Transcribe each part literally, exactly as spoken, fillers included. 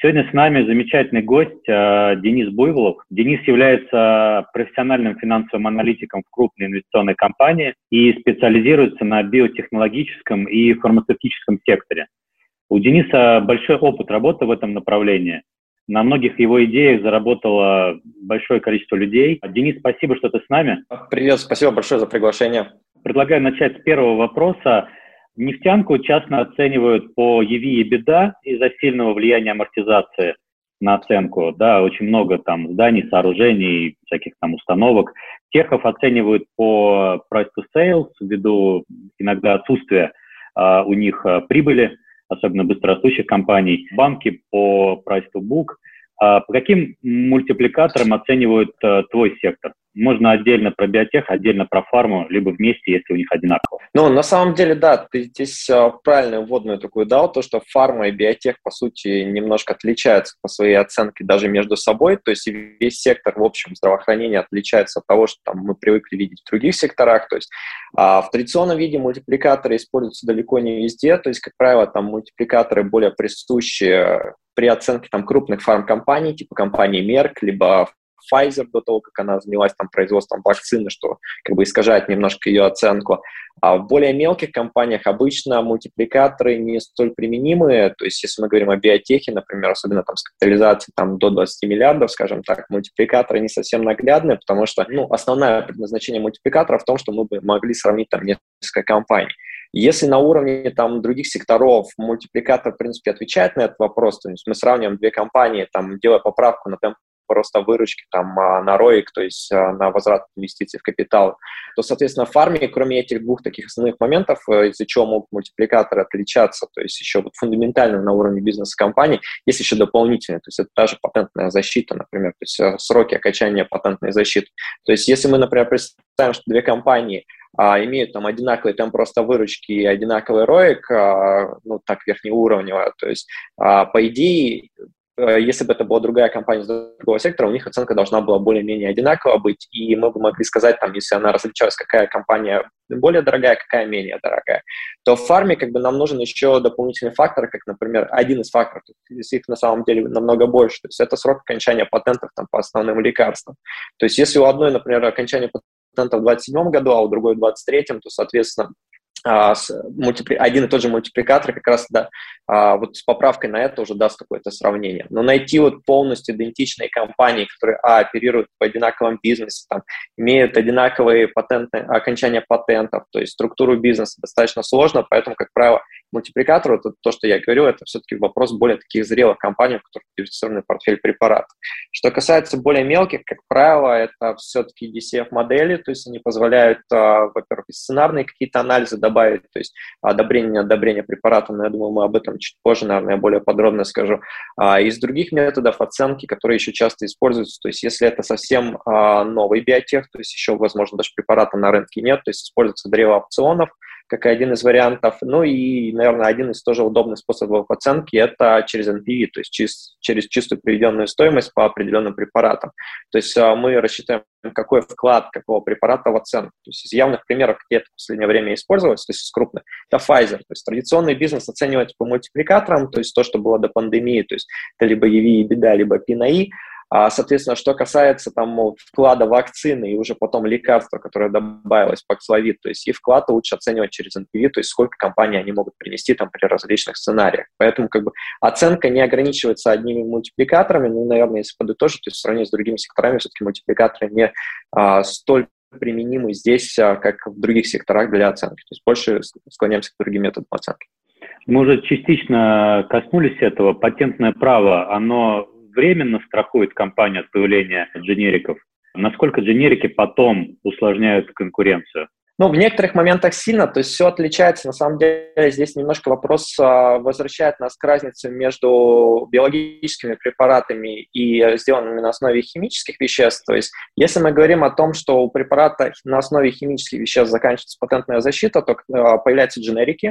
Сегодня с нами замечательный гость э, Денис Буйволов. Денис является профессиональным финансовым аналитиком в крупной инвестиционной компании и специализируется на биотехнологическом и фармацевтическом секторе. У Дениса большой опыт работы в этом направлении. На многих его идеях заработало большое количество людей. Денис, спасибо, что ты с нами. Привет, спасибо большое за приглашение. Предлагаю начать с первого вопроса. Нефтянку часто оценивают по и ви и EBITDA из-за сильного влияния амортизации на оценку. Да, очень много там зданий, сооружений, всяких там установок. Техов оценивают по price to sales ввиду иногда отсутствия а, у них а, прибыли, особенно быстрорастущих компаний. Банки по price to book. А по каким мультипликаторам оценивают а, твой сектор? Можно отдельно про биотех, отдельно про фарму, либо вместе, если у них одинаково. Ну, на самом деле, да, ты здесь а, правильную вводную такую дал, то, что фарма и биотех, по сути, немножко отличаются по своей оценке даже между собой, то есть весь сектор, в общем, здравоохранения отличается от того, что там мы привыкли видеть в других секторах, то есть а, в традиционном виде мультипликаторы используются далеко не везде, то есть, как правило, там мультипликаторы более присущи при оценке там крупных фармкомпаний, типа компании Merck, либо Pfizer до того, как она занялась там производством вакцины, что как бы искажает немножко ее оценку. А в более мелких компаниях обычно мультипликаторы не столь применимые, то есть если мы говорим о биотехе, например, особенно там с капитализацией там, до двадцати миллиардов, скажем так, мультипликаторы не совсем наглядные, потому что ну, основное предназначение мультипликатора в том, что мы бы могли сравнить там несколько компаний. Если на уровне там, других секторов мультипликатор, в принципе, отвечает на этот вопрос, то есть мы сравниваем две компании, там, делая поправку на темп роста выручки, там, на роик, то есть на возврат инвестиций в капитал, то, соответственно, в фарме, кроме этих двух таких основных моментов, из-за чего могут мультипликаторы отличаться, то есть еще вот фундаментально на уровне бизнеса компании, есть еще дополнительные, то есть это та же патентная защита, например, то есть сроки окончания патентной защиты. То есть если мы, например, представим, что две компании а, имеют там одинаковый темп роста выручки и одинаковый роик, а, ну, так, верхнеуровневая, то есть, а, по идее, если бы это была другая компания из другого сектора, у них оценка должна была более-менее одинаково быть, и мы бы могли сказать, там, если она различалась, какая компания более дорогая, какая менее дорогая, то в фарме как бы нам нужен еще дополнительный фактор, как, например, один из факторов, если их на самом деле намного больше, то есть это срок окончания патентов там, по основным лекарствам. То есть если у одной, например, окончание патента в двадцать седьмом году, а у другой в двадцать третьем, то, соответственно, Мультипли... один и тот же мультипликатор как раз да, а, вот с поправкой на это уже даст какое-то сравнение. Но найти вот полностью идентичные компании, которые а, оперируют в одинаковом бизнесе, там, имеют одинаковые патенты, окончания патентов, то есть структуру бизнеса достаточно сложно, поэтому, как правило, мультипликатор, это то, что я говорю, это все-таки вопрос более таких зрелых компаний, у которых диверсифицированный портфель препаратов. Что касается более мелких, как правило, это все-таки ди си эф-модели, то есть они позволяют, а, во-первых, сценарные какие-то анализы добавить, то есть одобрение, неодобрение препарата, но я думаю, мы об этом чуть позже, наверное, более подробно скажу. А из других методов оценки, которые еще часто используются, то есть если это совсем а, новый биотех, то есть еще, возможно, даже препарата на рынке нет, то есть используется древо опционов, как один из вариантов. Ну и, наверное, один из тоже удобных способов оценки – это через эн пи ви, то есть через, через чистую приведенную стоимость по определенным препаратам. То есть а, мы рассчитываем, какой вклад какого препарата в оценку. То есть из явных примеров, где это в последнее время использовалось, то есть из крупных, это Pfizer. То есть традиционный бизнес оценивается по мультипликаторам, то есть то, что было до пандемии, то есть это либо и ви и EBITDA, либо пи на и. А, соответственно, что касается там, вклада вакцины и уже потом лекарства, которое добавилось в Paxlovid, то есть и вклад лучше оценивать через эн пи ви, то есть сколько компаний они могут принести там, при различных сценариях. Поэтому как бы, оценка не ограничивается одними мультипликаторами, ну, наверное, если подытожить, то есть в сравнении с другими секторами все-таки мультипликаторы не а, столь применимы здесь, а, как в других секторах для оценки. То есть больше склоняемся к другим методам оценки. Мы уже частично коснулись этого. Патентное право, оно временно страхует компанию от появления дженериков? Насколько дженерики потом усложняют конкуренцию? Ну, в некоторых моментах сильно, то есть все отличается. На самом деле здесь немножко вопрос а, возвращает нас к разнице между биологическими препаратами и сделанными на основе химических веществ. То есть если мы говорим о том, что у препарата на основе химических веществ заканчивается патентная защита, то а, появляются дженерики.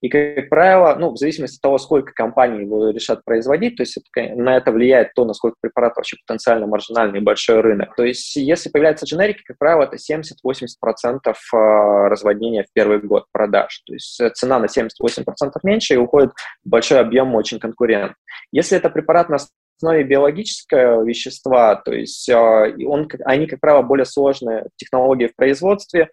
И, как правило, ну, в зависимости от того, сколько компаний его решат производить, то есть это, на это влияет то, насколько препарат вообще потенциально маржинальный и большой рынок. То есть если появляются дженерики, как правило, это семьдесят-восемьдесят процентов разводнения в первый год продаж. То есть цена на семьдесят-восемьдесят процентов меньше и уходит большой объем очень конкурент. Если это препарат на основе биологического вещества, то есть он, они, как правило, более сложные технологии в производстве,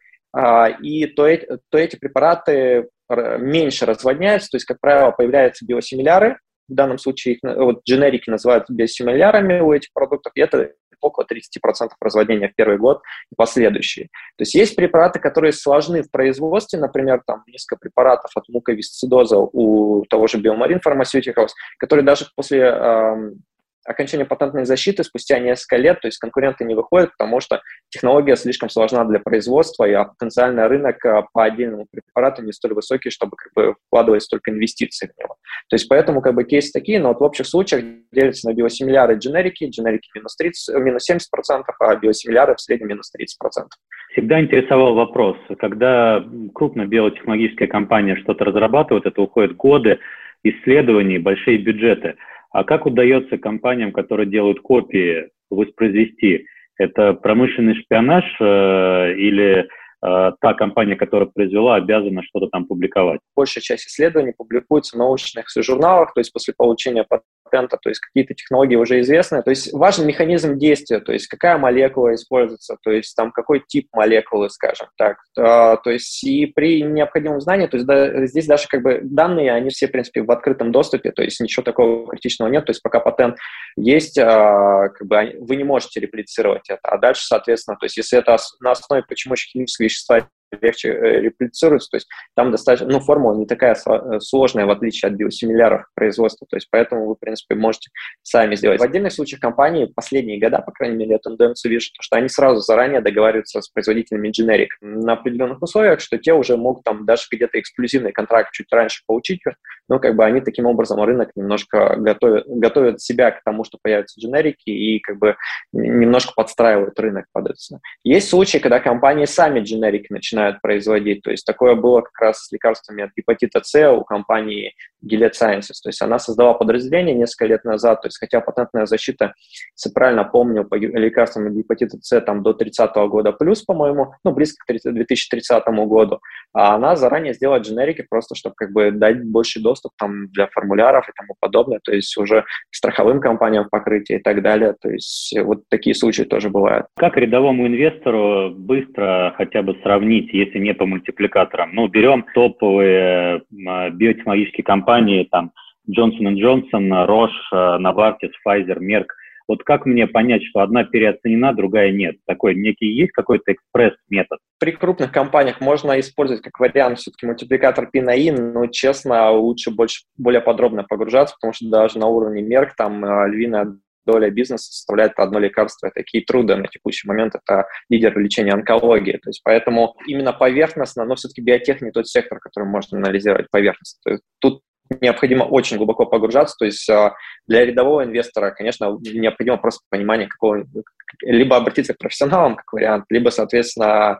и то, то эти препараты меньше разводняются, то есть, как правило, появляются биосимиляры, в данном случае их, вот, дженерики называют биосимилярами у этих продуктов, и это около тридцать процентов разводнения в первый год и последующие. То есть есть препараты, которые сложны в производстве, например, там несколько препаратов от муковисцидоза у того же Biomarin Pharmaceuticals, которые даже после э, окончания патентной защиты спустя несколько лет, то есть конкуренты не выходят, потому что технология слишком сложна для производства, и потенциальный рынок по отдельному препарату не столь высокий, чтобы как бы вкладывать столько инвестиций в него. То есть поэтому как бы кейсы такие, но вот в общих случаях делятся на биосимиляры и дженерики, дженерики минус, тридцать, минус семьдесят процентов, а биосимиляры в среднем минус тридцать процентов. Всегда интересовал вопрос, когда крупная биотехнологическая компания что-то разрабатывает, это уходят годы исследований, большие бюджеты. А как удается компаниям, которые делают копии, воспроизвести? Это промышленный шпионаж э, или э, та компания, которая произвела, обязана что-то там публиковать? Большая часть исследований публикуется в научных журналах, то есть после получения патента, то есть какие-то технологии уже известны. То есть важен механизм действия, то есть какая молекула используется, то есть там какой тип молекулы, скажем так. А, то есть и при необходимом знании, то есть да, здесь даже как бы данные, они все, в принципе, в открытом доступе, то есть ничего такого критичного нет, то есть пока патент есть, а, как бы вы не можете реплицировать это. А дальше, соответственно, то есть если это на основе почему химического вещества легче э, реплицируется, то есть там достаточно, ну, формула не такая сложная, в отличие от биосимиляров производства, то есть поэтому вы, в принципе, можете сами сделать. В отдельных случаях компании в последние года, по крайней мере, я тенденцию вижу, что они сразу заранее договариваются с производителями дженерик на определенных условиях, что те уже могут там даже где-то эксклюзивный контракт чуть раньше получить, но как бы они таким образом рынок немножко готовят, готовят себя к тому, что появятся дженерики и как бы немножко подстраивают рынок под это. Есть случаи, когда компании сами дженерики начинают производить. То есть такое было как раз с лекарствами от гепатита С у компании Gilead Sciences. То есть она создала подразделение несколько лет назад, то есть хотя патентная защита, если правильно помню, по лекарствам от гепатита С там до тридцатого года плюс, по-моему, ну, близко к две тысячи тридцатому году, а она заранее сделала дженерики просто, чтобы как бы дать больше доступ там для формуляров и тому подобное, то есть уже страховым компаниям покрытие и так далее. То есть вот такие случаи тоже бывают. Как рядовому инвестору быстро хотя бы сравнить, если не по мультипликаторам? Ну, берем топовые э, биотехнологические компании, там, Johnson энд Johnson, Roche, Novartis, Pfizer, Merck. Вот как мне понять, что одна переоценена, другая нет? Такой некий есть какой-то экспресс-метод? При крупных компаниях можно использовать как вариант все-таки мультипликатор пи на и, но, честно, лучше больше, более подробно погружаться, потому что даже на уровне Merck там львиная доля бизнеса составляет одно лекарство. Это Keytruda на текущий момент, это лидер лечения онкологии. То есть поэтому именно поверхностно, но все-таки биотех не тот сектор, который можно анализировать поверхностно. То есть тут необходимо очень глубоко погружаться, то есть для рядового инвестора, конечно, необходимо просто понимание какого, либо обратиться к профессионалам как вариант, либо, соответственно,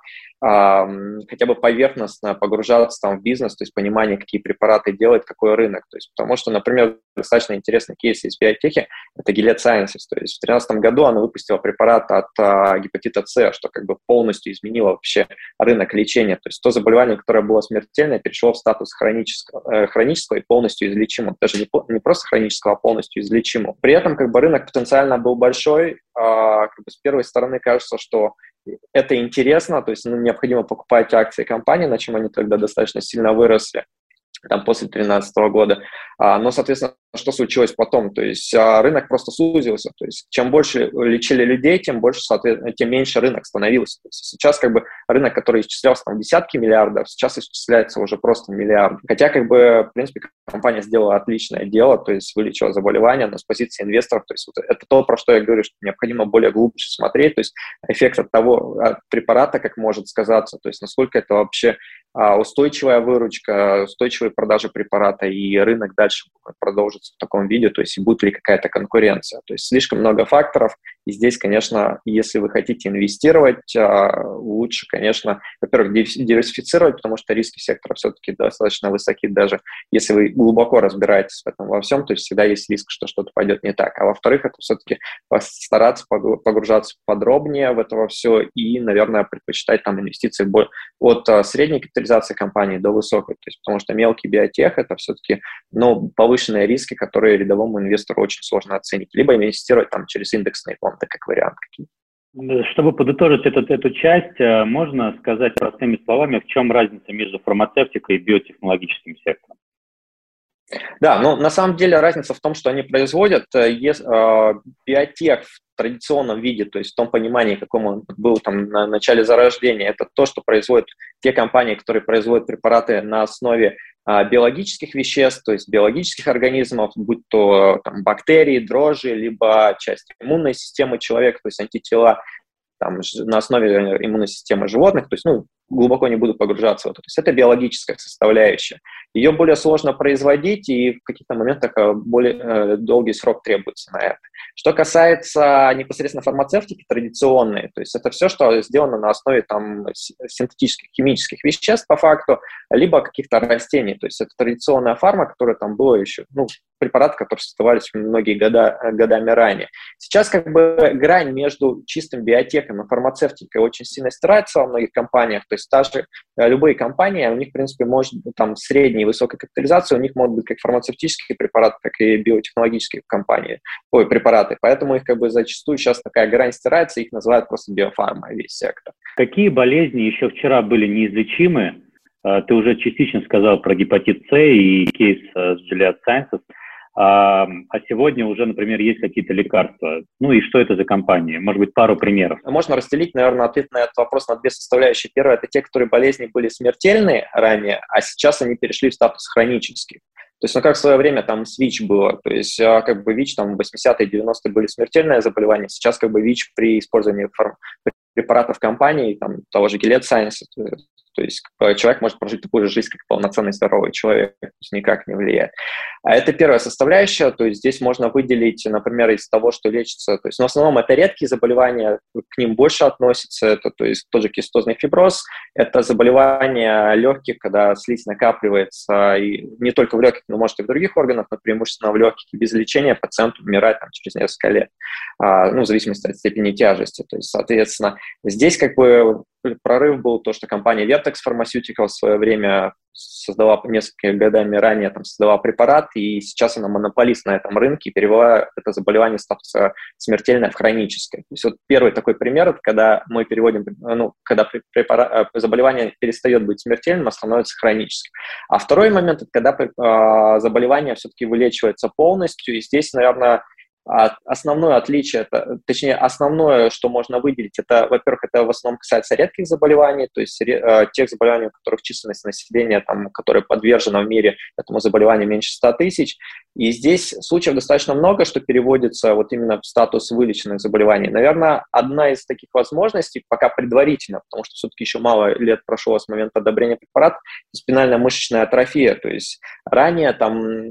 хотя бы поверхностно погружаться там в бизнес, то есть понимание, какие препараты делать, какой рынок. То есть, потому что, например, достаточно интересный кейс из биотехи, это Gilead Sciences. То есть в две тысячи тринадцатом году она выпустила препарат от а, гепатита С, что как бы полностью изменило вообще рынок лечения. То есть то заболевание, которое было смертельное, перешло в статус хронического, э, хронического и полностью излечимого. Даже не, не просто хронического, а полностью излечимого. При этом как бы рынок потенциально был большой. А, как бы с первой стороны кажется, что это интересно, то есть ну, необходимо покупать акции компании, на чем они тогда достаточно сильно выросли, там, после две тысячи тринадцатого года. А, но, соответственно, что случилось потом? То есть а, рынок просто сузился. То есть чем больше лечили людей, тем больше, соответственно, тем меньше рынок становился. То есть сейчас как бы рынок, который исчислялся там десятки миллиардов, сейчас исчисляется уже просто миллиард. Хотя как бы, в принципе, компания сделала отличное дело, то есть вылечила заболевание, но с позиции инвесторов, то есть вот это то, про что я говорю, что необходимо более глубже смотреть, то есть эффект от того, от препарата, как может сказаться, то есть насколько это вообще а, устойчивая выручка, устойчивые продажи препарата, и рынок дальше продолжится в таком виде, то есть будет ли какая-то конкуренция. То есть слишком много факторов, И здесь, конечно, если вы хотите инвестировать, лучше, конечно, во-первых, диверсифицировать, потому что риски сектора все-таки достаточно высоки, даже если вы глубоко разбираетесь в этом во всем, то есть всегда есть риск, что что-то пойдет не так. А во-вторых, это все-таки постараться погружаться подробнее в это во все и, наверное, предпочитать там инвестиции от средней капитализации компании до высокой, то есть потому что мелкий биотех – это все-таки, ну, повышенные риски, которые рядовому инвестору очень сложно оценить, либо инвестировать там через индексные фонды, как вариант какие-то. Чтобы подытожить этот, эту часть, можно сказать простыми словами, в чем разница между фармацевтикой и биотехнологическим сектором? Да, ну на самом деле разница в том, что они производят если, э, биотех в традиционном виде, то есть в том понимании, каком он был там на начале зарождения, это то, что производят те компании, которые производят препараты на основе э, биологических веществ, то есть биологических организмов, будь то там, бактерии, дрожжи, либо часть иммунной системы человека, то есть антитела там, на основе иммунной системы животных, то есть, ну, глубоко не буду погружаться в это. То есть это биологическая составляющая. Ее более сложно производить, и в каких-то моментах более э, долгий срок требуется на это. Что касается непосредственно фармацевтики традиционной, то есть это все, что сделано на основе там, синтетических химических веществ по факту, либо каких-то растений. То есть это традиционная фарма, которая там была еще, ну, препараты, которые создавались многие года, годами ранее. Сейчас как бы грань между чистым биотеком и фармацевтикой очень сильно стирается во многих компаниях. То есть даже любые компании, у них, в принципе, может быть там средней и высокой капитализации, у них могут быть как фармацевтические препараты, так и биотехнологические компании, ой, препараты. Поэтому их как бы зачастую сейчас такая грань стирается, их называют просто биофарма, весь сектор. Какие болезни еще вчера были неизлечимы? Ты уже частично сказал про гепатит С и кейс с Gilead Sciences. А, а сегодня уже, например, есть какие-то лекарства. Ну и что это за компании? Может быть, пару примеров. Можно разделить, наверное, ответ на этот вопрос на две составляющие. Первое – это те, которые болезни были смертельные ранее, а сейчас они перешли в статус хронический. То есть, ну, как в свое время там с ВИЧ было, то есть, как бы ВИЧ там в восьмидесятые, девяностые были смертельное заболевание, сейчас как бы ВИЧ при использовании фарм... препаратов компании, там, того же Gilead Sciences, то есть человек может прожить такую же жизнь, как полноценный здоровый человек, то есть никак не влияет. А это первая составляющая, то есть здесь можно выделить, например, из того, что лечится, то есть, но в основном это редкие заболевания, к ним больше относятся, это, то есть тот же кистозный фиброз, это заболевание легких, когда слизь накапливается, и не только в легких, но может и в других органах, но преимущественно в легких, и без лечения пациент умирает там, через несколько лет, а, ну, в зависимости от степени тяжести, то есть, соответственно, здесь как бы прорыв был то, что компания Vertex Pharmaceuticals в свое время создала несколькими годами ранее, там, создала препарат, и сейчас она монополист на этом рынке и перевела это заболевание с статуса смертельное в хроническое. То есть вот первый такой пример, это когда мы переводим, ну, когда препарат, заболевание перестает быть смертельным, а становится хроническим. А второй момент, это когда э, заболевание все-таки вылечивается полностью, и здесь, наверное, основное отличие, это, точнее, основное, что можно выделить, это, во-первых, это в основном касается редких заболеваний, то есть э, тех заболеваний, у которых численность населения, там, которое подвержено в мире этому заболеванию меньше ста тысяч. И здесь случаев достаточно много, что переводится вот именно в статус вылеченных заболеваний. Наверное, одна из таких возможностей, пока предварительно, потому что все-таки еще мало лет прошло с момента одобрения препарата, спинальная мышечная атрофия. То есть ранее там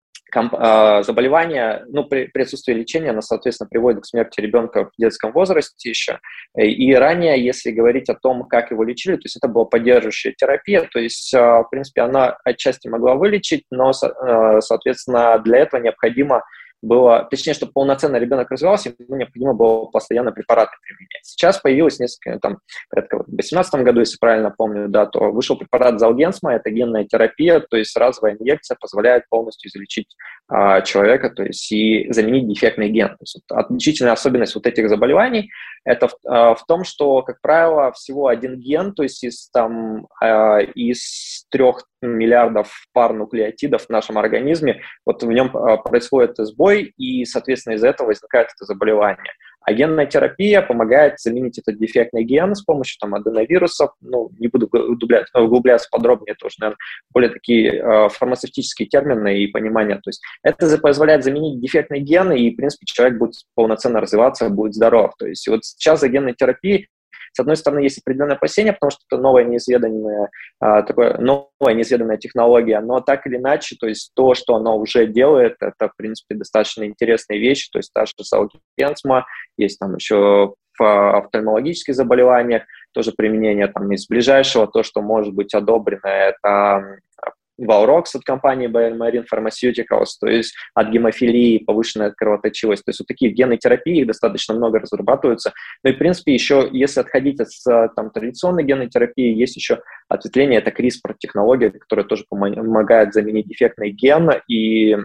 заболевание, ну, при, при отсутствии лечения, оно, соответственно, приводит к смерти ребенка в детском возрасте еще. И ранее, если говорить о том, как его лечили, то есть это была поддерживающая терапия, то есть, в принципе, она отчасти могла вылечить, но, соответственно, для этого необходимо было, точнее, чтобы полноценно ребенок развивался, ему необходимо было постоянно препараты применять. Сейчас появилось несколько, там, порядка в две тысячи восемнадцатом году, если правильно помню, да, то вышел препарат Zolgensma, это генная терапия, то есть разовая инъекция позволяет полностью излечить а, человека, то есть и заменить дефектный ген. То есть, вот, отличительная особенность вот этих заболеваний это в, а, в том, что, как правило, всего один ген, то есть из, там, а, из трех миллиардов пар нуклеотидов в нашем организме, вот в нем а, происходит сбой, и, соответственно, из-за этого возникает это заболевание. А генная терапия помогает заменить этот дефектный ген с помощью там, аденовирусов. Ну, не буду углубляться, углубляться подробнее, это уже, наверное, более такие э, фармацевтические термины и понимания. То есть это позволяет заменить дефектный ген, и, в принципе, человек будет полноценно развиваться, будет здоров. То есть вот сейчас за генной терапией с одной стороны, есть определенное опасение, потому что это новая неизведанная, а, такое, новая неизведанная технология, но так или иначе, то есть то, что она уже делает, это, в принципе, достаточно интересные вещи, то есть та же Золгенсма, есть там еще в офтальмологических заболеваниях, тоже применение там из ближайшего, то, что может быть одобрено, это Valrox от компании BioMarin Pharmaceuticals, то есть от гемофилии, повышенная кровоточивость. То есть вот такие генные терапии, их достаточно много разрабатываются. Ну и, в принципе, еще, если отходить от там, традиционной генной терапии, есть еще ответвление, это CRISPR-технология, которая тоже помогает заменить дефектный ген, и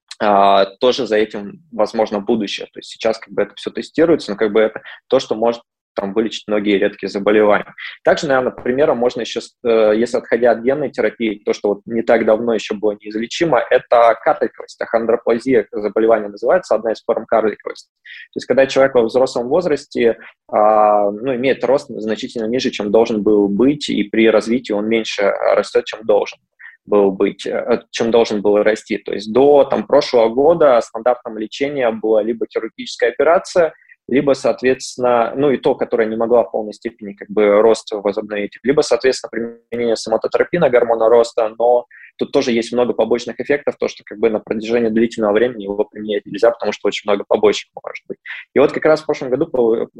а, тоже за этим, возможно, будущее. То есть сейчас как бы это все тестируется, но как бы это то, что может там, вылечить многие редкие заболевания. Также, наверное, примером можно еще, если отходя от генной терапии, то, что вот не так давно еще было неизлечимо, это карликовость, ахондроплазия, заболевание называется, одна из форм карликовости. То есть, когда человек во взрослом возрасте а, ну, имеет рост значительно ниже, чем должен был быть, и при развитии он меньше растет, чем должен был быть, чем должен был расти. То есть до там, прошлого года стандартом лечения была либо хирургическая операция, либо, соответственно, ну и то, которое не могла в полной степени как бы рост возобновить, либо, соответственно, применение соматотропина, гормона роста, но тут тоже есть много побочных эффектов, то, что как бы на протяжении длительного времени его применять нельзя, потому что очень много побочек может быть. И вот как раз в прошлом году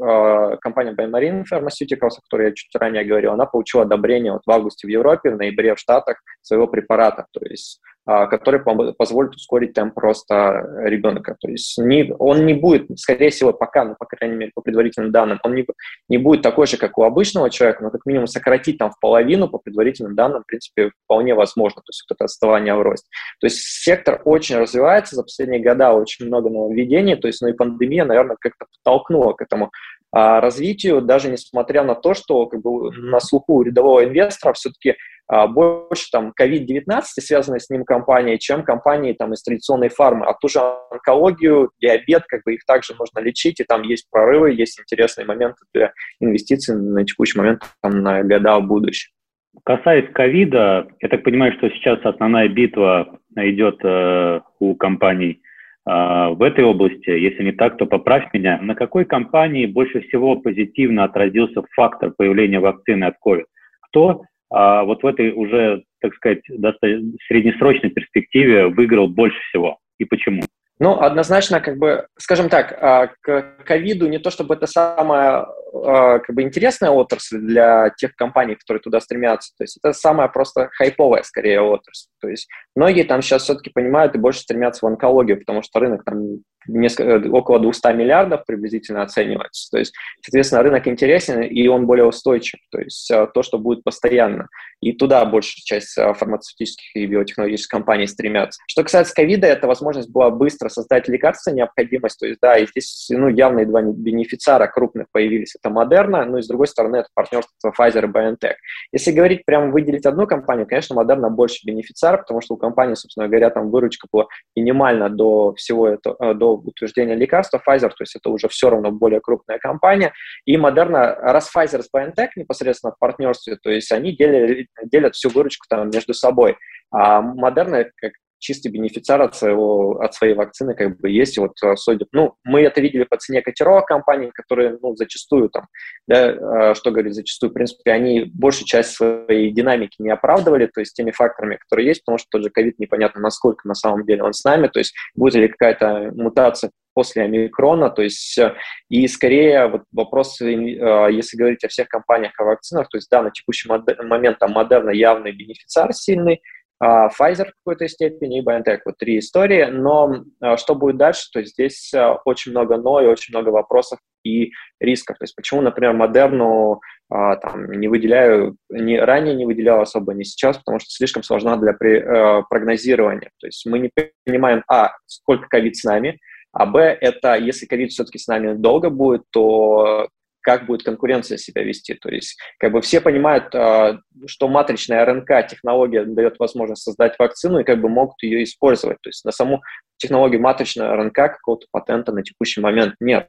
э, компания BioMarin Pharmaceuticals, о которой я чуть ранее говорил, она получила одобрение вот в августе в Европе, в ноябре в Штатах своего препарата, то есть который позволит ускорить темп роста ребенка. То есть не, он не будет, скорее всего, пока, ну, по крайней мере, по предварительным данным, он не, не будет такой же, как у обычного человека, но как минимум сократить там в половину, по предварительным данным, в принципе, вполне возможно, то есть вот это отставание в росте. То есть сектор очень развивается, за последние года очень много нововведений, то есть, ну и пандемия, наверное, как-то подтолкнула к этому а, развитию, даже несмотря на то, что как бы на слуху у рядового инвестора все-таки а, больше там ковид девятнадцать и связанные с ним компании, чем компании там из традиционной фармы. А ту же онкологию, диабет, как бы их также можно лечить, и там есть прорывы, есть интересные моменты для инвестиций на текущий момент, там, на года в будущем. Касаясь ковида, я так понимаю, что сейчас основная битва идет э, у компаний э, в этой области. Если не так, то поправь меня. На какой компании больше всего позитивно отразился фактор появления вакцины от ковид? Кто а, вот в этой уже, так сказать, достаточно среднесрочной перспективе выиграл больше всего и почему? Ну, однозначно, как бы, скажем так, к ковиду не то чтобы это самая как бы интересная отрасль для тех компаний, которые туда стремятся. То есть это самая просто хайповая, скорее, отрасль. То есть многие там сейчас все-таки понимают и больше стремятся в онкологию, потому что рынок там несколько, около двухсот миллиардов приблизительно оценивается. То есть, соответственно, рынок интересен, и он более устойчив. То есть то, что будет постоянно. И туда большая часть фармацевтических и биотехнологических компаний стремятся. Что касается ковида, это возможность была быстро создать лекарства, необходимость. То есть, да, и здесь ну, явные два бенефициара крупных появились. Это Moderna, ну и с другой стороны, это партнерство Pfizer и BioNTech. Если говорить, прямо выделить одну компанию, конечно, Moderna больше бенефициар, потому что у компании, собственно говоря, там выручка была минимальна до всего этого, до утверждения лекарства. Pfizer, то есть это уже все равно более крупная компания. И Moderna, раз Pfizer с BioNTech непосредственно в партнерстве, то есть они делят, делят всю выручку там между собой. А Moderna, как чистый бенефициар от, своего, от своей вакцины как бы есть. Вот, судя, ну, мы это видели по цене котировок компаний, которые, ну, зачастую там, да, что говорить, зачастую, в принципе, они большую часть своей динамики не оправдывали, то есть теми факторами, которые есть, потому что тот же ковид непонятно, насколько на самом деле он с нами, то есть будет ли какая-то мутация после омикрона, то есть и скорее вот вопрос, если говорить о всех компаниях о вакцинах, то есть да, на текущий момент там Moderna явный бенефициар сильный, Pfizer в какой-то степени и BioNTech. Вот три истории. Но что будет дальше? То есть здесь очень много «но» и очень много вопросов и рисков. То есть почему, например, Moderna там, не выделяю, не, ранее не выделял особо, не сейчас, потому что слишком сложна для прогнозирования. То есть мы не понимаем, а, сколько ковид с нами, а, б, это если ковид все-таки с нами долго будет, то как будет конкуренция себя вести. То есть как бы все понимают, что матричная РНК-технология дает возможность создать вакцину и как бы могут ее использовать. То есть на саму технологию матричной РНК какого-то патента на текущий момент нет.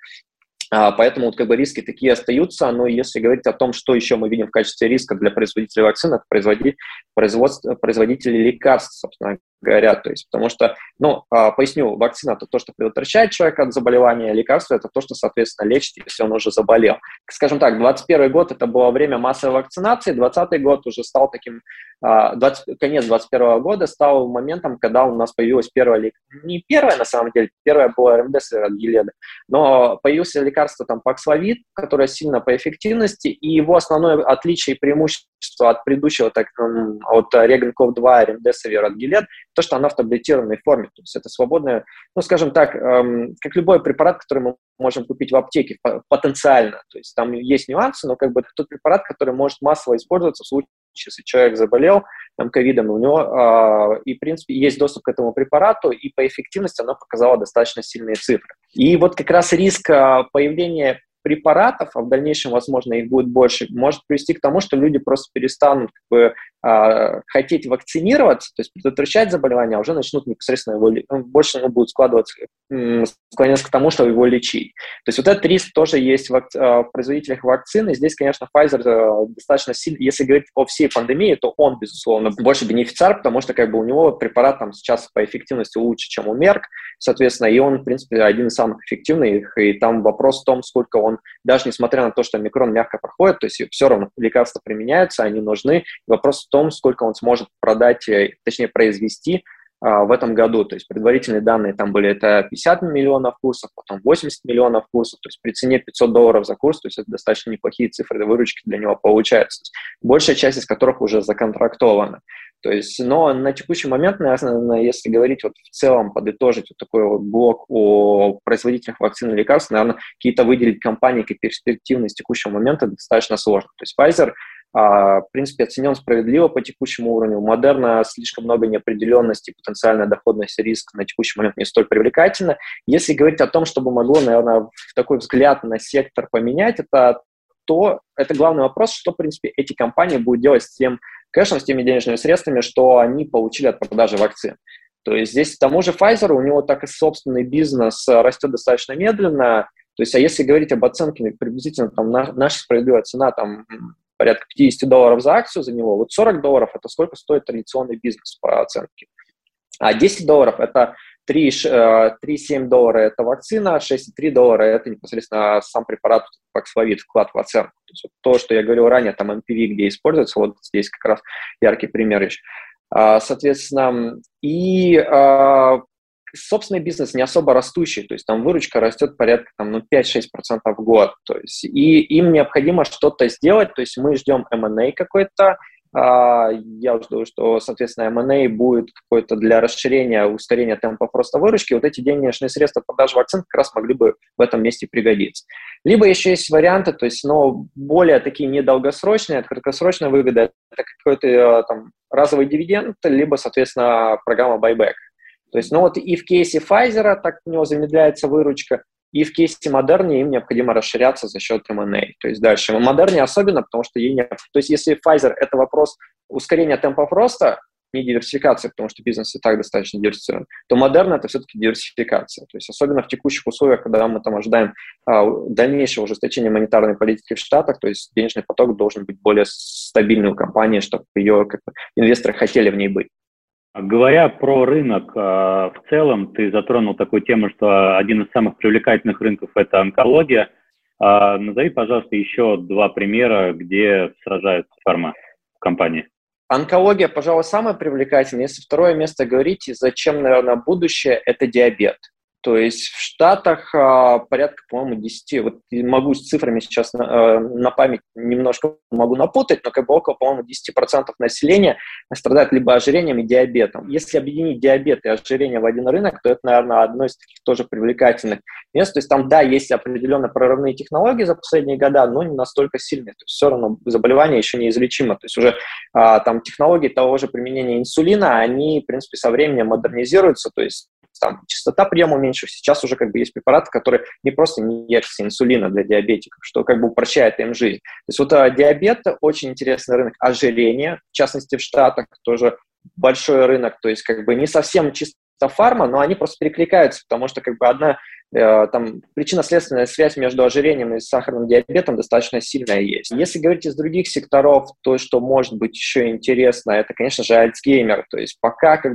Поэтому вот как бы риски такие остаются, но если говорить о том, что еще мы видим в качестве риска для производителей вакцин, это производители лекарств, собственно говоря, то есть, потому что, ну, а, поясню, вакцина – это то, что предотвращает человека от заболевания, лекарство – это то, что, соответственно, лечит, если он уже заболел. Скажем так, двадцать первый год – это было время массовой вакцинации, двадцатый год уже стал таким, а, двадцать, конец двадцать первого года стал моментом, когда у нас появилась первая лекарство, не первая, на самом деле, первая была ремдесивир от Гиледа, но появилось лекарство там Паксловид, которое сильно по эффективности, и его основное отличие и преимущество от предыдущего, так, от Регенков два, ремдесивир от Гилед, то, что она в таблетированной форме, то есть это свободная, ну, скажем так, эм, как любой препарат, который мы можем купить в аптеке потенциально, то есть там есть нюансы, но как бы это тот препарат, который может массово использоваться в случае, если человек заболел там ковидом, у него э, и, в принципе, есть доступ к этому препарату, и по эффективности она показала достаточно сильные цифры. И вот как раз риск э, появления препаратов, а в дальнейшем, возможно, их будет больше, может привести к тому, что люди просто перестанут как бы, э, хотеть вакцинироваться, то есть предотвращать заболевание, а уже начнут непосредственно его, больше ну, будут складываться, э, склоняться к тому, чтобы его лечить. То есть вот этот риск тоже есть в, вак- в производителях вакцин, и здесь, конечно, Pfizer э, достаточно сильно, если говорить о всей пандемии, то он, безусловно, больше бенефициар, потому что как бы у него препарат там сейчас по эффективности лучше, чем у Merck, соответственно, и он, в принципе, один из самых эффективных, и там вопрос в том, сколько он, даже несмотря на то, что омикрон мягко проходит, то есть все равно лекарства применяются, они нужны, вопрос в том, сколько он сможет продать, точнее, произвести а, в этом году, то есть предварительные данные там были, это пятьдесят миллионов курсов, потом восемьдесят миллионов курсов, то есть при цене пятьсот долларов за курс, то есть это достаточно неплохие цифры выручки для него получаются, большая часть из которых уже законтрактована. То есть, но на текущий момент, наверное, если говорить вот в целом, подытожить вот такой вот блок о производителях вакцин и лекарств, наверное, какие-то выделить компании как перспективные с текущего момента достаточно сложно. То есть Pfizer, а, в принципе, оценен справедливо по текущему уровню. У Moderna слишком много неопределенности, потенциальная доходность и риск на текущий момент не столь привлекательна. Если говорить о том, чтобы могло, наверное, такой взгляд на сектор поменять, это то, это главный вопрос, что, в принципе, эти компании будут делать с тем кэшем, с теми денежными средствами, что они получили от продажи вакцин. То есть здесь тому же Pfizer, у него так и собственный бизнес растет достаточно медленно. То есть, а если говорить об оценке, приблизительно там наша справедливая цена там порядка пятьдесят долларов за акцию за него, вот сорок долларов – это сколько стоит традиционный бизнес по оценке. А десять долларов – это три целых семь десятых доллара – это вакцина, шесть целых три десятых доллара – это непосредственно сам препарат Paxlovid, вклад в оценку. То есть вот то, что я говорил ранее, там эн пи ви, где используется, вот здесь как раз яркий пример еще. Соответственно, и собственный бизнес не особо растущий, то есть там выручка растет порядка там, ну, пять-шесть процентов в год. То есть, и им необходимо что-то сделать, то есть мы ждем эм энд эй какой-то. Я жду, что, соответственно, эм энд эй будет какой-то для расширения, ускорения темпов роста выручки. Вот эти денежные средства продажи вакцин как раз могли бы в этом месте пригодиться. Либо еще есть варианты, то есть, но более такие недолгосрочные, это краткосрочная выгода, это какой-то там разовый дивиденд, либо, соответственно, программа buy-back. То есть, ну вот и в кейсе Pfizer так у него замедляется выручка, и в кейсе Moderna им необходимо расширяться за счет эм энд эй. То есть дальше. В Moderna особенно, потому что ей не... То есть если Pfizer – это вопрос ускорения темпов роста, не диверсификации, потому что бизнес и так достаточно диверсифицирован, то Moderna – это все-таки диверсификация. То есть особенно в текущих условиях, когда мы там ожидаем а, дальнейшего ужесточения монетарной политики в Штатах, то есть денежный поток должен быть более стабильный у компании, чтобы ее как бы, инвесторы хотели в ней быть. Говоря про рынок, в целом ты затронул такую тему, что один из самых привлекательных рынков – это онкология. Назови, пожалуйста, еще два примера, где сражаются фарма компании. Онкология, пожалуй, самая привлекательная. Если второе место говорить, зачем, наверное, будущее – это диабет. То есть в Штатах а, порядка, по-моему, десять, вот могу с цифрами сейчас на, на память немножко могу напутать, но как бы около, по-моему, десять процентов населения страдает либо ожирением и диабетом. Если объединить диабет и ожирение в один рынок, то это, наверное, одно из таких тоже привлекательных мест. То есть там, да, есть определенно прорывные технологии за последние годы, но не настолько сильные. То есть все равно заболевание еще неизлечимо. То есть уже а, там технологии того же применения инсулина, они, в принципе, со временем модернизируются, то есть там частота приема уменьшилась. Сейчас уже как бы есть препараты, которые не просто не инъекция инсулина для диабетиков, что как бы упрощает им жизнь. То есть вот а, диабет – очень интересный рынок. Ожирение, в частности в Штатах, тоже большой рынок. То есть как бы не совсем чисто фарма, но они просто перекликаются, потому что как бы одна э, там причинно-следственная связь между ожирением и сахарным диабетом достаточно сильная есть. Если говорить из других секторов, то, что может быть еще интересно, это, конечно же, Альцгеймер. То есть пока как бы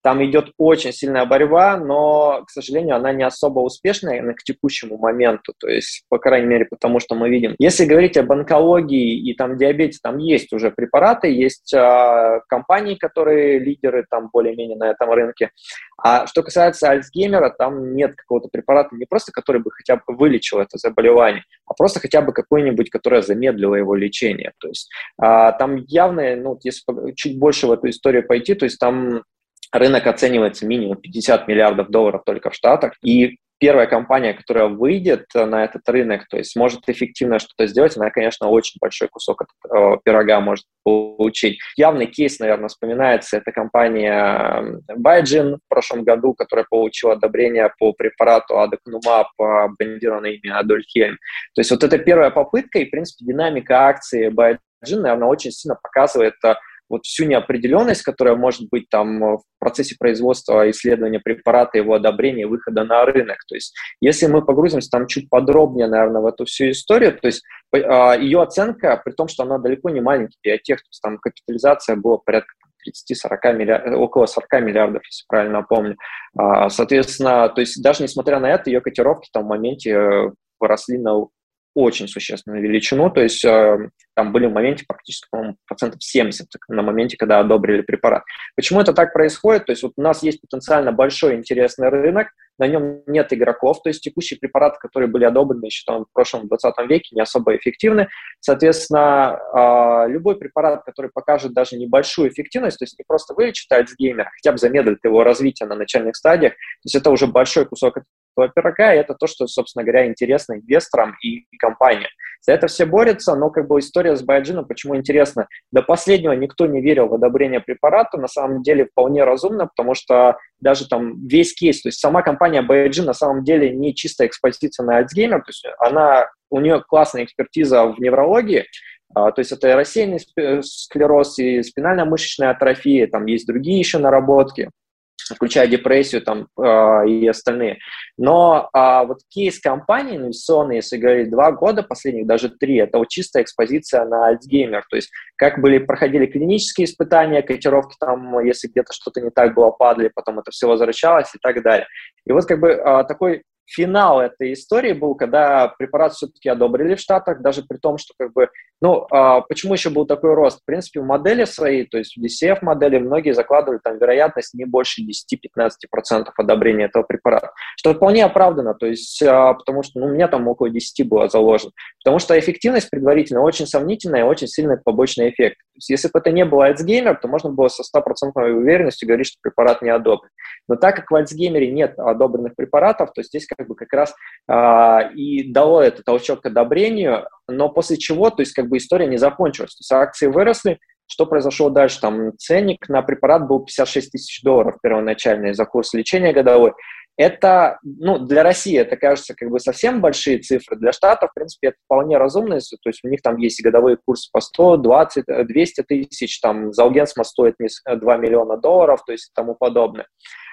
там идет очень сильная борьба, но, к сожалению, она не особо успешная к текущему моменту, то есть, по крайней мере, потому что мы видим. Если говорить об онкологии и там диабете, там есть уже препараты, есть э, компании, которые лидеры там более-менее на этом рынке. А что касается Альцгеймера, там нет какого-то препарата, не просто который бы хотя бы вылечил это заболевание, а просто хотя бы какой-нибудь, которое замедлило его лечение. То есть э, там явно, ну, если чуть больше в эту историю пойти, то есть там рынок оценивается минимум пятьдесят миллиардов долларов только в Штатах, и первая компания, которая выйдет на этот рынок, то есть может эффективно что-то сделать, она, конечно, очень большой кусок этого пирога может получить. Явный кейс, наверное, вспоминается, это компания Biogen в прошлом году, которая получила одобрение по препарату Aducanumab, брендированной ими Adulhelm. То есть вот это первая попытка, и, в принципе, динамика акции Biogen, наверное, очень сильно показывает вот всю неопределенность, которая может быть там в процессе производства, исследования препарата, его одобрения, выхода на рынок. То есть если мы погрузимся там чуть подробнее, наверное, в эту всю историю, то есть ее оценка, при том, что она далеко не маленький биотех, то есть там капитализация была порядка тридцать-сорок миллиардов, около сорок миллиардов, если правильно помню. Соответственно, то есть даже несмотря на это, ее котировки там в моменте выросли на очень существенную величину, то есть э, там были в моменте практически, по-моему, процентов семьдесят на моменте, когда одобрили препарат. Почему это так происходит? То есть вот у нас есть потенциально большой интересный рынок, на нем нет игроков, то есть текущие препараты, которые были одобрены еще там в прошлом двадцатом веке, не особо эффективны. Соответственно, э, любой препарат, который покажет даже небольшую эффективность, то есть не просто вылечит Альцгеймера, хотя бы замедлит его развитие на начальных стадиях, то есть это уже большой кусок пирога, и это то, что, собственно говоря, интересно инвесторам и компаниям. За это все борются, но как бы история с Biogen, почему интересно? До последнего никто не верил в одобрение препарата, на самом деле вполне разумно, потому что даже там весь кейс, то есть сама компания Biogen на самом деле не чистая экспозиция на Альцгеймер, то есть она, у нее классная экспертиза в неврологии, то есть это и рассеянный склероз, и спинально-мышечная атрофия, там есть другие еще наработки, включая депрессию там, э, и остальные. Но э, вот кейс компании инвестиционной, если говорить два года, последних даже три, это вот чистая экспозиция на Альцгеймер. То есть как были, проходили клинические испытания, котировки там, если где-то что-то не так было, падали, потом это все возвращалось и так далее. И вот как бы э, такой финал этой истории был, когда препарат все-таки одобрили в Штатах, даже при том, что как бы, ну, а, почему еще был такой рост? В принципе, в модели своей, то есть в ди си эф модели многие закладывали там вероятность не больше десять-пятнадцать процентов одобрения этого препарата, что вполне оправдано, то есть, а, потому что, ну, у меня там около десять было заложено, потому что эффективность предварительно очень сомнительная и очень сильный побочный эффект. То есть, если бы это не был Альцгеймер, то можно было со стопроцентной уверенностью говорить, что препарат не одобрен. Но так как в Альцгеймере нет одобренных препаратов, то здесь как бы как раз а, и дало это толчок к одобрению, но после чего, то есть как бы история не закончилась. То есть акции выросли, что произошло дальше? Там ценник на препарат был пятьдесят шесть тысяч долларов первоначальный за курс лечения годовой. Это, ну, для России это кажется как бы совсем большие цифры, для Штатов, в принципе, это вполне разумно, то есть у них там есть годовые курсы по сто, двадцать, двести тысяч, там Залгенсма стоит два миллиона долларов, то есть и тому подобное.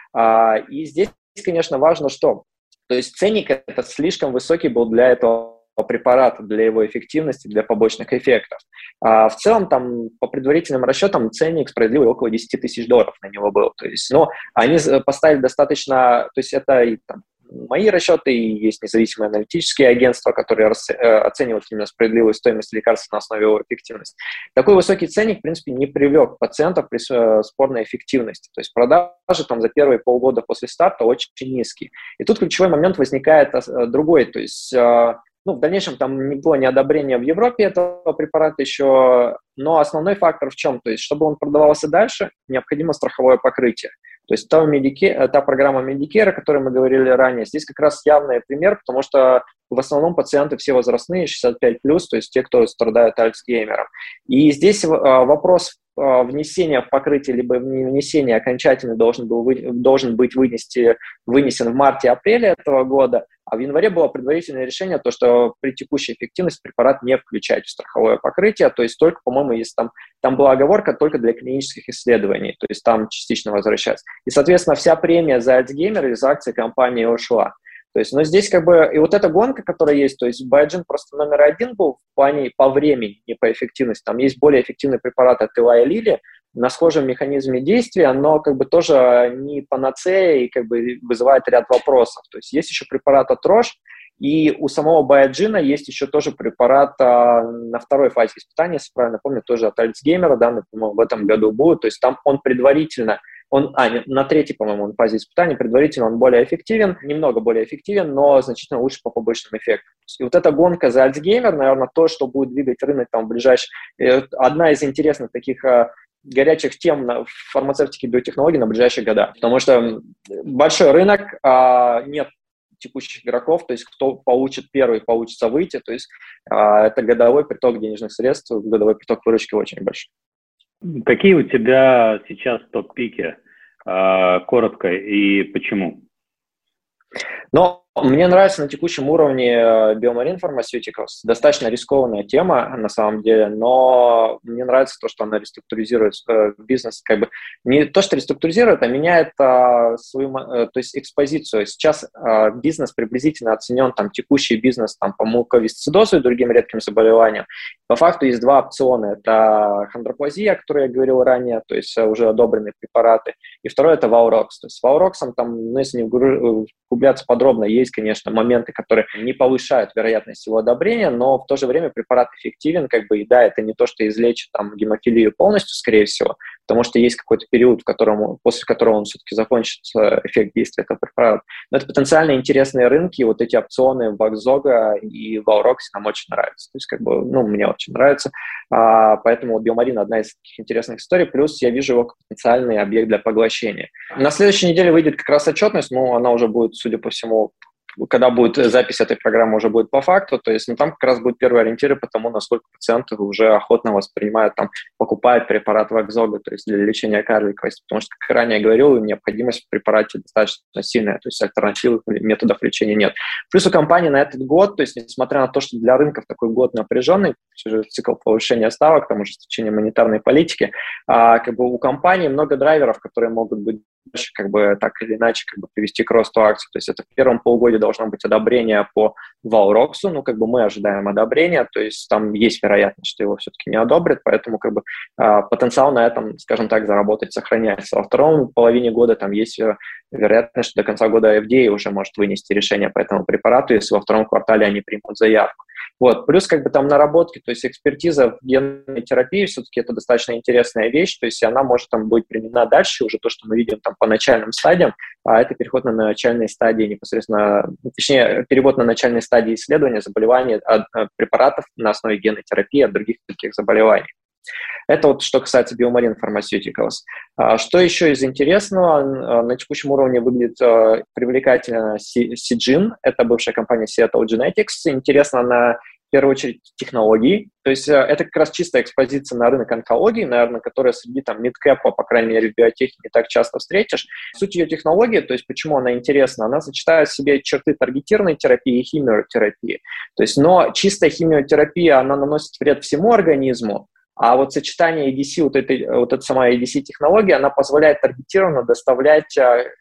А, и здесь, конечно, важно что? То есть ценник это слишком высокий был для этого препарата, для его эффективности, для побочных эффектов. А в целом, там, по предварительным расчетам, ценник справедливый около десять тысяч долларов на него был. То есть, но они поставили достаточно, то есть это и там, мои расчеты, и есть независимые аналитические агентства, которые оценивают именно справедливую стоимость лекарств на основе его эффективности. Такой высокий ценник, в принципе, не привлек пациентов при спорной эффективности. То есть продажи там за первые полгода после старта очень низкие. И тут ключевой момент возникает другой, то есть ну, в дальнейшем там не было неодобрения в Европе этого препарата еще, но основной фактор в чем? То есть, чтобы он продавался дальше, необходимо страховое покрытие. То есть та, Medicare, та программа Medicare, о которой мы говорили ранее, здесь как раз явный пример, потому что в основном пациенты все возрастные, шестьдесят пять плюс, то есть те, кто страдают Альцгеймером. И здесь вопрос внесения в покрытие, либо не внесения окончательно должен, был, должен быть вынести, вынесен в марте-апреле этого года, а в январе было предварительное решение, то, что при текущей эффективности препарат не включать в страховое покрытие, то есть только, по-моему, если там, там была оговорка только для клинических исследований, то есть там частично возвращается. И, соответственно, вся премия за Альцгеймер из акций компании ушла. То есть, но здесь как бы, и вот эта гонка, которая есть, то есть Biogen просто номер один был в плане по времени, не по эффективности. Там есть более эффективный препарат от Eli Lilly, на схожем механизме действия, но как бы тоже не панацея и как бы вызывает ряд вопросов. То есть есть еще препарат от Roche, и у самого Biogen есть еще тоже препарат а, на второй фазе испытания, если правильно помню, тоже от Альцгеймера, да, по-моему, в этом году будет. То есть там он предварительно, он, а, нет, на третьей, по-моему, он фазе испытаний, предварительно он более эффективен, немного более эффективен, но значительно лучше по побочным эффектам. И вот эта гонка за Альцгеймер, наверное, то, что будет двигать рынок там в ближайшие... Одна из интересных таких горячих тем на фармацевтике и биотехнологий на ближайшие года. Потому что большой рынок, а, нет текущих игроков, то есть кто получит первый, получится выйти, то есть а, это годовой приток денежных средств, годовой приток выручки очень большой. Какие у тебя сейчас топ-пики? А, коротко и почему? Но мне нравится на текущем уровне BioMarin Pharmaceuticals. Достаточно рискованная тема, на самом деле, но мне нравится то, что она реструктуризирует э, бизнес. Как бы не то, что реструктуризирует, а меняет э, свою э, то есть экспозицию. Сейчас э, бизнес приблизительно оценен, там, текущий бизнес там, по муковисцидозу и другим редким заболеваниям. По факту есть два опциона. Это хондроплазия, о которой я говорил ранее, то есть уже одобренные препараты. И второе – это Valrox. То есть с Valrox, там, ну, если не углубляться подробно, есть, конечно, моменты, которые не повышают вероятность его одобрения, но в то же время препарат эффективен, как бы, и да, это не то, что излечит там гемофилию полностью, скорее всего, потому что есть какой-то период, в котором, после которого он все-таки закончится эффект действия этого препарата. Но это потенциально интересные рынки, и вот эти опционы Вакзога и Valrox нам очень нравятся. То есть, как бы, ну, мне очень нравится, а, поэтому BioMarin одна из таких интересных историй, плюс я вижу его как потенциальный объект для поглощения. На следующей неделе выйдет как раз отчетность, ну, она уже будет, судя по всему, когда будет запись этой программы, уже будет по факту, то есть ну, там как раз будут первые ориентиры по тому, насколько пациенты уже охотно воспринимают, там, покупают препарат Вакзога, то есть для лечения карликовости, потому что, как ранее говорил, необходимость в препарате достаточно сильная, то есть альтернативных методов лечения нет. Плюс у компании на этот год, то есть несмотря на то, что для рынков такой год напряженный, все же цикл повышения ставок, там ужесточение монетарной политики, а, как бы у компании много драйверов, которые могут быть как бы так или иначе как бы привести к росту акций. То есть это в первом полугодии должно быть одобрение по Valrox, ну как бы мы ожидаем одобрения, то есть там есть вероятность, что его все-таки не одобрят, поэтому как бы а, потенциал на этом, скажем так, заработать сохраняется. Во втором половине года там есть вероятность, что до конца года эф ди эй уже может вынести решение по этому препарату, если во втором квартале они примут заявку. Вот. Плюс как бы там наработки, то есть экспертиза в генной терапии все-таки это достаточно интересная вещь, то есть она может там быть применена дальше, уже то, что мы видим там по начальным стадиям, а это переход на начальные стадии непосредственно, точнее, перевод на начальные стадии исследования заболеваний от, от препаратов на основе генной терапии от других таких заболеваний. Это вот что касается BioMarin Pharmaceuticals. А, что еще из интересного? На текущем уровне выглядит а, привлекательно Seagen, это бывшая компания Seattle Genetics. Интересно на в первую очередь технологии, то есть это как раз чистая экспозиция на рынок онкологии, наверное, которая среди там мидкэпа, по крайней мере, в биотехе не так часто встретишь. Суть ее технологии, то есть почему она интересна, она сочетает в себе черты таргетированной терапии и химиотерапии. То есть, но чистая химиотерапия, она наносит вред всему организму, а вот сочетание эй ди си, вот, этой, вот эта сама эй ди си-технология, она позволяет таргетированно доставлять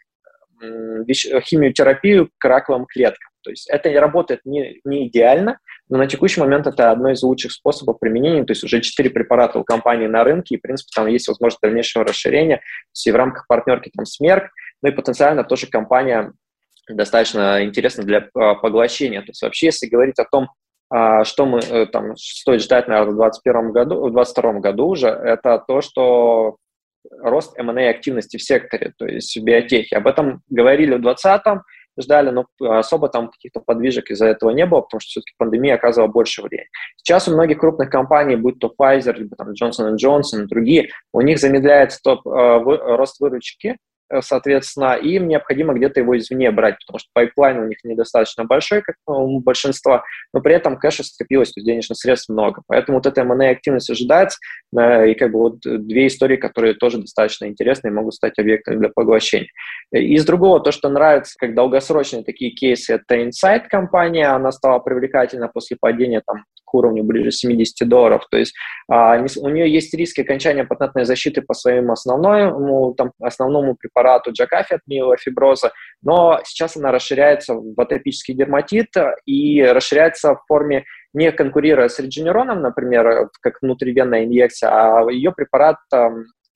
химиотерапию к раковым клеткам. То есть это работает не, не идеально, но на текущий момент это одно из лучших способов применения. То есть уже четыре препарата у компании на рынке, и, в принципе, там есть возможность дальнейшего расширения. То есть и в рамках партнерки там с Merck, ну и потенциально тоже компания достаточно интересна для а, поглощения. То есть вообще, если говорить о том, а, что мы там стоит ждать, наверное, в двадцать первом году, в двадцать втором году уже, это то, что рост эм энд эй-активности в секторе, то есть в биотехе. Об этом говорили в двадцатом, ждали, но особо там каких-то подвижек из-за этого не было, потому что все-таки пандемия оказывала больше времени. Сейчас у многих крупных компаний, будь то Pfizer, либо там Johnson энд Johnson и другие, у них замедляется топ, э, вы, рост выручки, соответственно, им необходимо где-то его извне брать, потому что пайплайн у них недостаточно большой, как у большинства, но при этом кэша скопилось, то есть денежных средств много. Поэтому вот эта эм энд эй-активность ожидается, и как бы вот две истории, которые тоже достаточно интересны и могут стать объектами для поглощения. Из другого, то, что нравится, как долгосрочные такие кейсы, это Insight компания, она стала привлекательна после падения там к уровню ближе семидесяти долларов, то есть а, не, у нее есть риски окончания патентной защиты по своему основному, там, основному препарату Jakafi от миелофиброза, но сейчас она расширяется в атопический дерматит и расширяется в форме, не конкурируя с Regeneron, например, как внутривенная инъекция, а ее препарат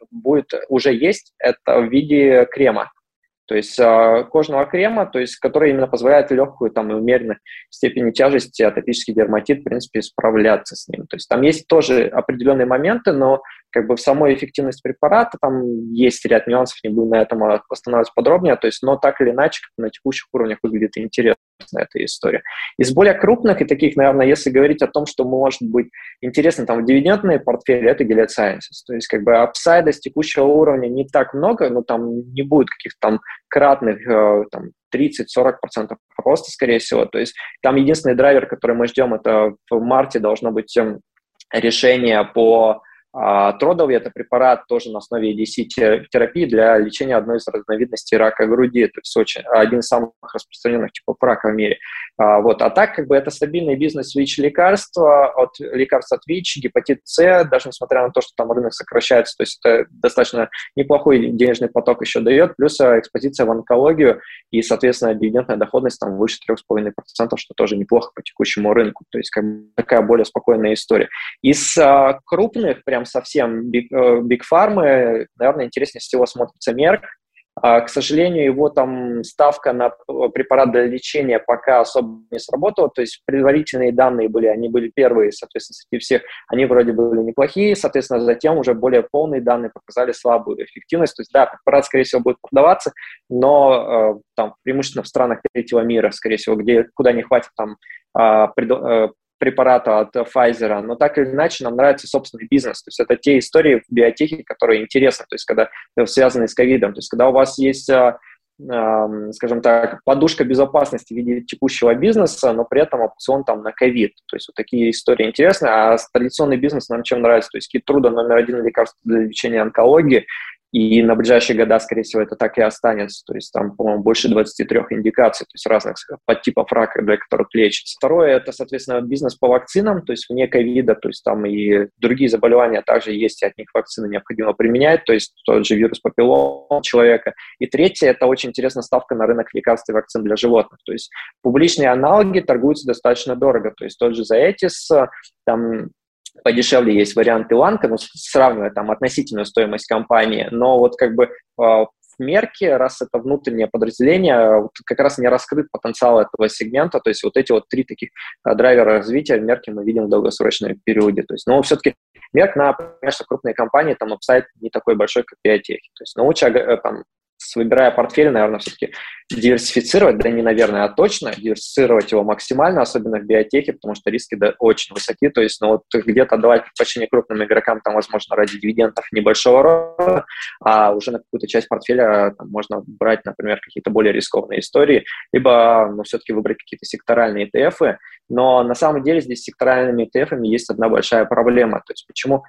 будет, уже есть, это в виде крема. То есть э, кожного крема, то есть, который именно позволяет легкую там, и умеренной степени тяжести атопический дерматит, в принципе, справляться с ним. То есть там есть тоже определенные моменты, но как бы в самой эффективности препарата там есть ряд нюансов, не буду на этом останавливаться подробнее, то есть, но так или иначе на текущих уровнях выглядит интересно эта история. Из более крупных и таких, наверное, если говорить о том, что может быть интересно там в дивидендные портфели, это Gilead Sciences. То есть как бы апсайда с текущего уровня не так много, но там не будет каких-то там кратных там, тридцать-сорок процентов роста, скорее всего. То есть там единственный драйвер, который мы ждем, это в марте должно быть решение по а, Тродовый – это препарат тоже на основе и ди си-терапии для лечения одной из разновидностей рака груди. То есть очень, один из самых распространенных типов рака в мире. А, вот. а так как бы это стабильный бизнес ВИЧ-лекарства, от лекарств от ВИЧ, гепатит С, даже несмотря на то, что там рынок сокращается, то есть это достаточно неплохой денежный поток еще дает, плюс экспозиция в онкологию и, соответственно, дивидендная доходность там выше три с половиной процента, что тоже неплохо по текущему рынку. То есть как бы такая более спокойная история. Из а, крупных, прям совсем биг, биг фармы, наверное, интереснее всего смотрится Мерк. А, к сожалению, его там ставка на препарат для лечения пока особо не сработала, то есть предварительные данные были, они были первые, соответственно, среди всех, они вроде были неплохие, соответственно, затем уже более полные данные показали слабую эффективность, то есть, да, препарат, скорее всего, будет продаваться, но э, там преимущественно в странах третьего мира, скорее всего, где, куда не хватит там э, пред, э, препарата от Pfizer, но так или иначе нам нравится собственный бизнес. То есть это те истории в биотехе, которые интересны, то есть когда связаны с ковидом. То есть когда у вас есть, скажем так, подушка безопасности в виде текущего бизнеса, но при этом опцион там на ковид. То есть вот такие истории интересные. А традиционный бизнес нам чем нравится? То есть Keytruda номер один лекарство для лечения онкологии, и на ближайшие года, скорее всего, это так и останется. То есть там, по-моему, больше двадцати трёх индикаций, то есть разных подтипов рака, для которых лечится. Второе – это, соответственно, бизнес по вакцинам, то есть вне ковида, то есть там и другие заболевания также есть, и от них вакцины необходимо применять, то есть тот же вирус папиллома человека. И третье – это очень интересная ставка на рынок лекарств и вакцин для животных. То есть публичные аналоги торгуются достаточно дорого, то есть тот же Zoetis, там подешевле есть вариант Иланка, ну, сравнивая там относительную стоимость компании, но вот как бы э, в Мерке, раз это внутреннее подразделение, вот как раз не раскрыт потенциал этого сегмента, то есть вот эти вот три таких э, драйвера развития в Мерке мы видим в долгосрочном периоде. То есть, но все-таки Мерк на, конечно, крупные компании, там апсайд не такой большой, как биотехи. То есть, но лучше э, там, выбирая портфель, наверное, все-таки диверсифицировать, да не наверное, а точно диверсифицировать его максимально, особенно в биотехе, потому что риски да, очень высоки, то есть ну, вот где-то давать предпочтение крупным игрокам, там, возможно, ради дивидендов небольшого роста, а уже на какую-то часть портфеля там, можно брать, например, какие-то более рискованные истории, либо ну, все-таки выбрать какие-то секторальные и ти эф-ы, но на самом деле здесь с секторальными и ти эф-ами есть одна большая проблема, то есть почему,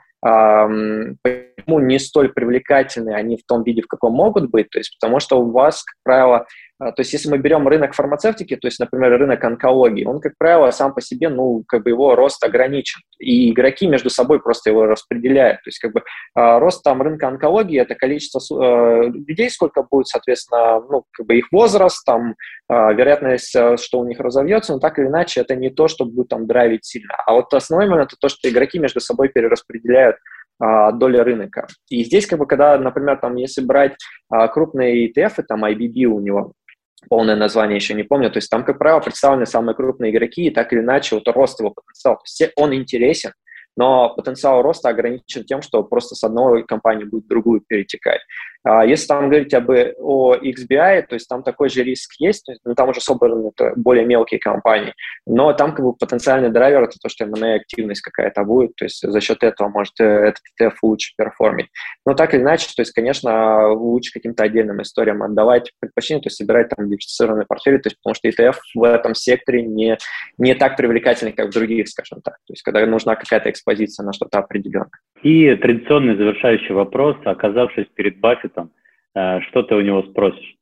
эм, почему не столь привлекательны они в том виде, в каком могут быть, то есть потому что у вас, как правило, то есть если мы берем рынок фармацевтики, то есть, например, рынок онкологии, он, как правило, сам по себе, ну, как бы его рост ограничен, и игроки между собой просто его распределяют, то есть, как бы рост там рынка онкологии – это количество людей, сколько будет, соответственно, ну, как бы их возраст, там, вероятность, что у них разовьется, но так или иначе это не то, что будет там драйвить сильно, а вот основной момент – это то, что игроки между собой перераспределяют доли рынка. И здесь, как бы, когда, например, там, если брать а, крупные и ти эф, там ай би би у него, полное название еще не помню, то есть там, как правило, представлены самые крупные игроки, и так или иначе вот рост его потенциала, то есть он интересен, но потенциал роста ограничен тем, что просто с одной компании будет в другую перетекать. А если там говорить об, о икс би ай, то есть там такой же риск есть, но там уже собраны более мелкие компании, но там как бы потенциальный драйвер – это то, что эм энд эй-активность какая-то будет, то есть за счет этого может этот и ти эф лучше перформить. Но так или иначе, то есть, конечно, лучше каким-то отдельным историям отдавать предпочтение, то есть собирать там диверсифицированные портфели, то есть потому что и ти эф в этом секторе не, не так привлекательный, как в других, скажем так. То есть когда нужна какая-то экспозиция на что-то определенное. И традиционный завершающий вопрос, оказавшись перед Баффетом, что ты у него спросишь?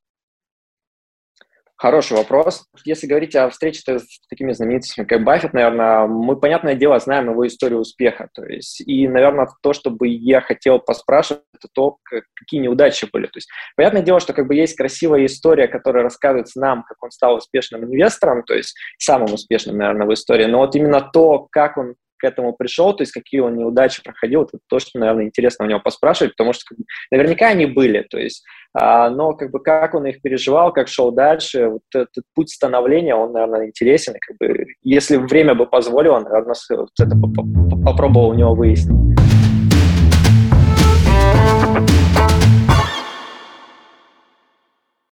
Хороший вопрос. Если говорить о встрече с такими знаменитостями, как Баффет, наверное, мы, понятное дело, знаем его историю успеха. То есть, и, наверное, то, что бы я хотел поспрашивать, это то, какие неудачи были. То есть, понятное дело, что как бы есть красивая история, которая рассказывается нам, как он стал успешным инвестором, то есть самым успешным, наверное, в истории. Но вот именно то, как он к этому пришел, то есть какие он неудачи проходил, это то, что, наверное, интересно у него поспрашивать, потому что как бы, наверняка они были, то есть, а, но как бы как он их переживал, как шел дальше, вот этот путь становления, он, наверное, интересен, и, как бы, если время бы позволило, наверное, вот это попробовал у него выяснить.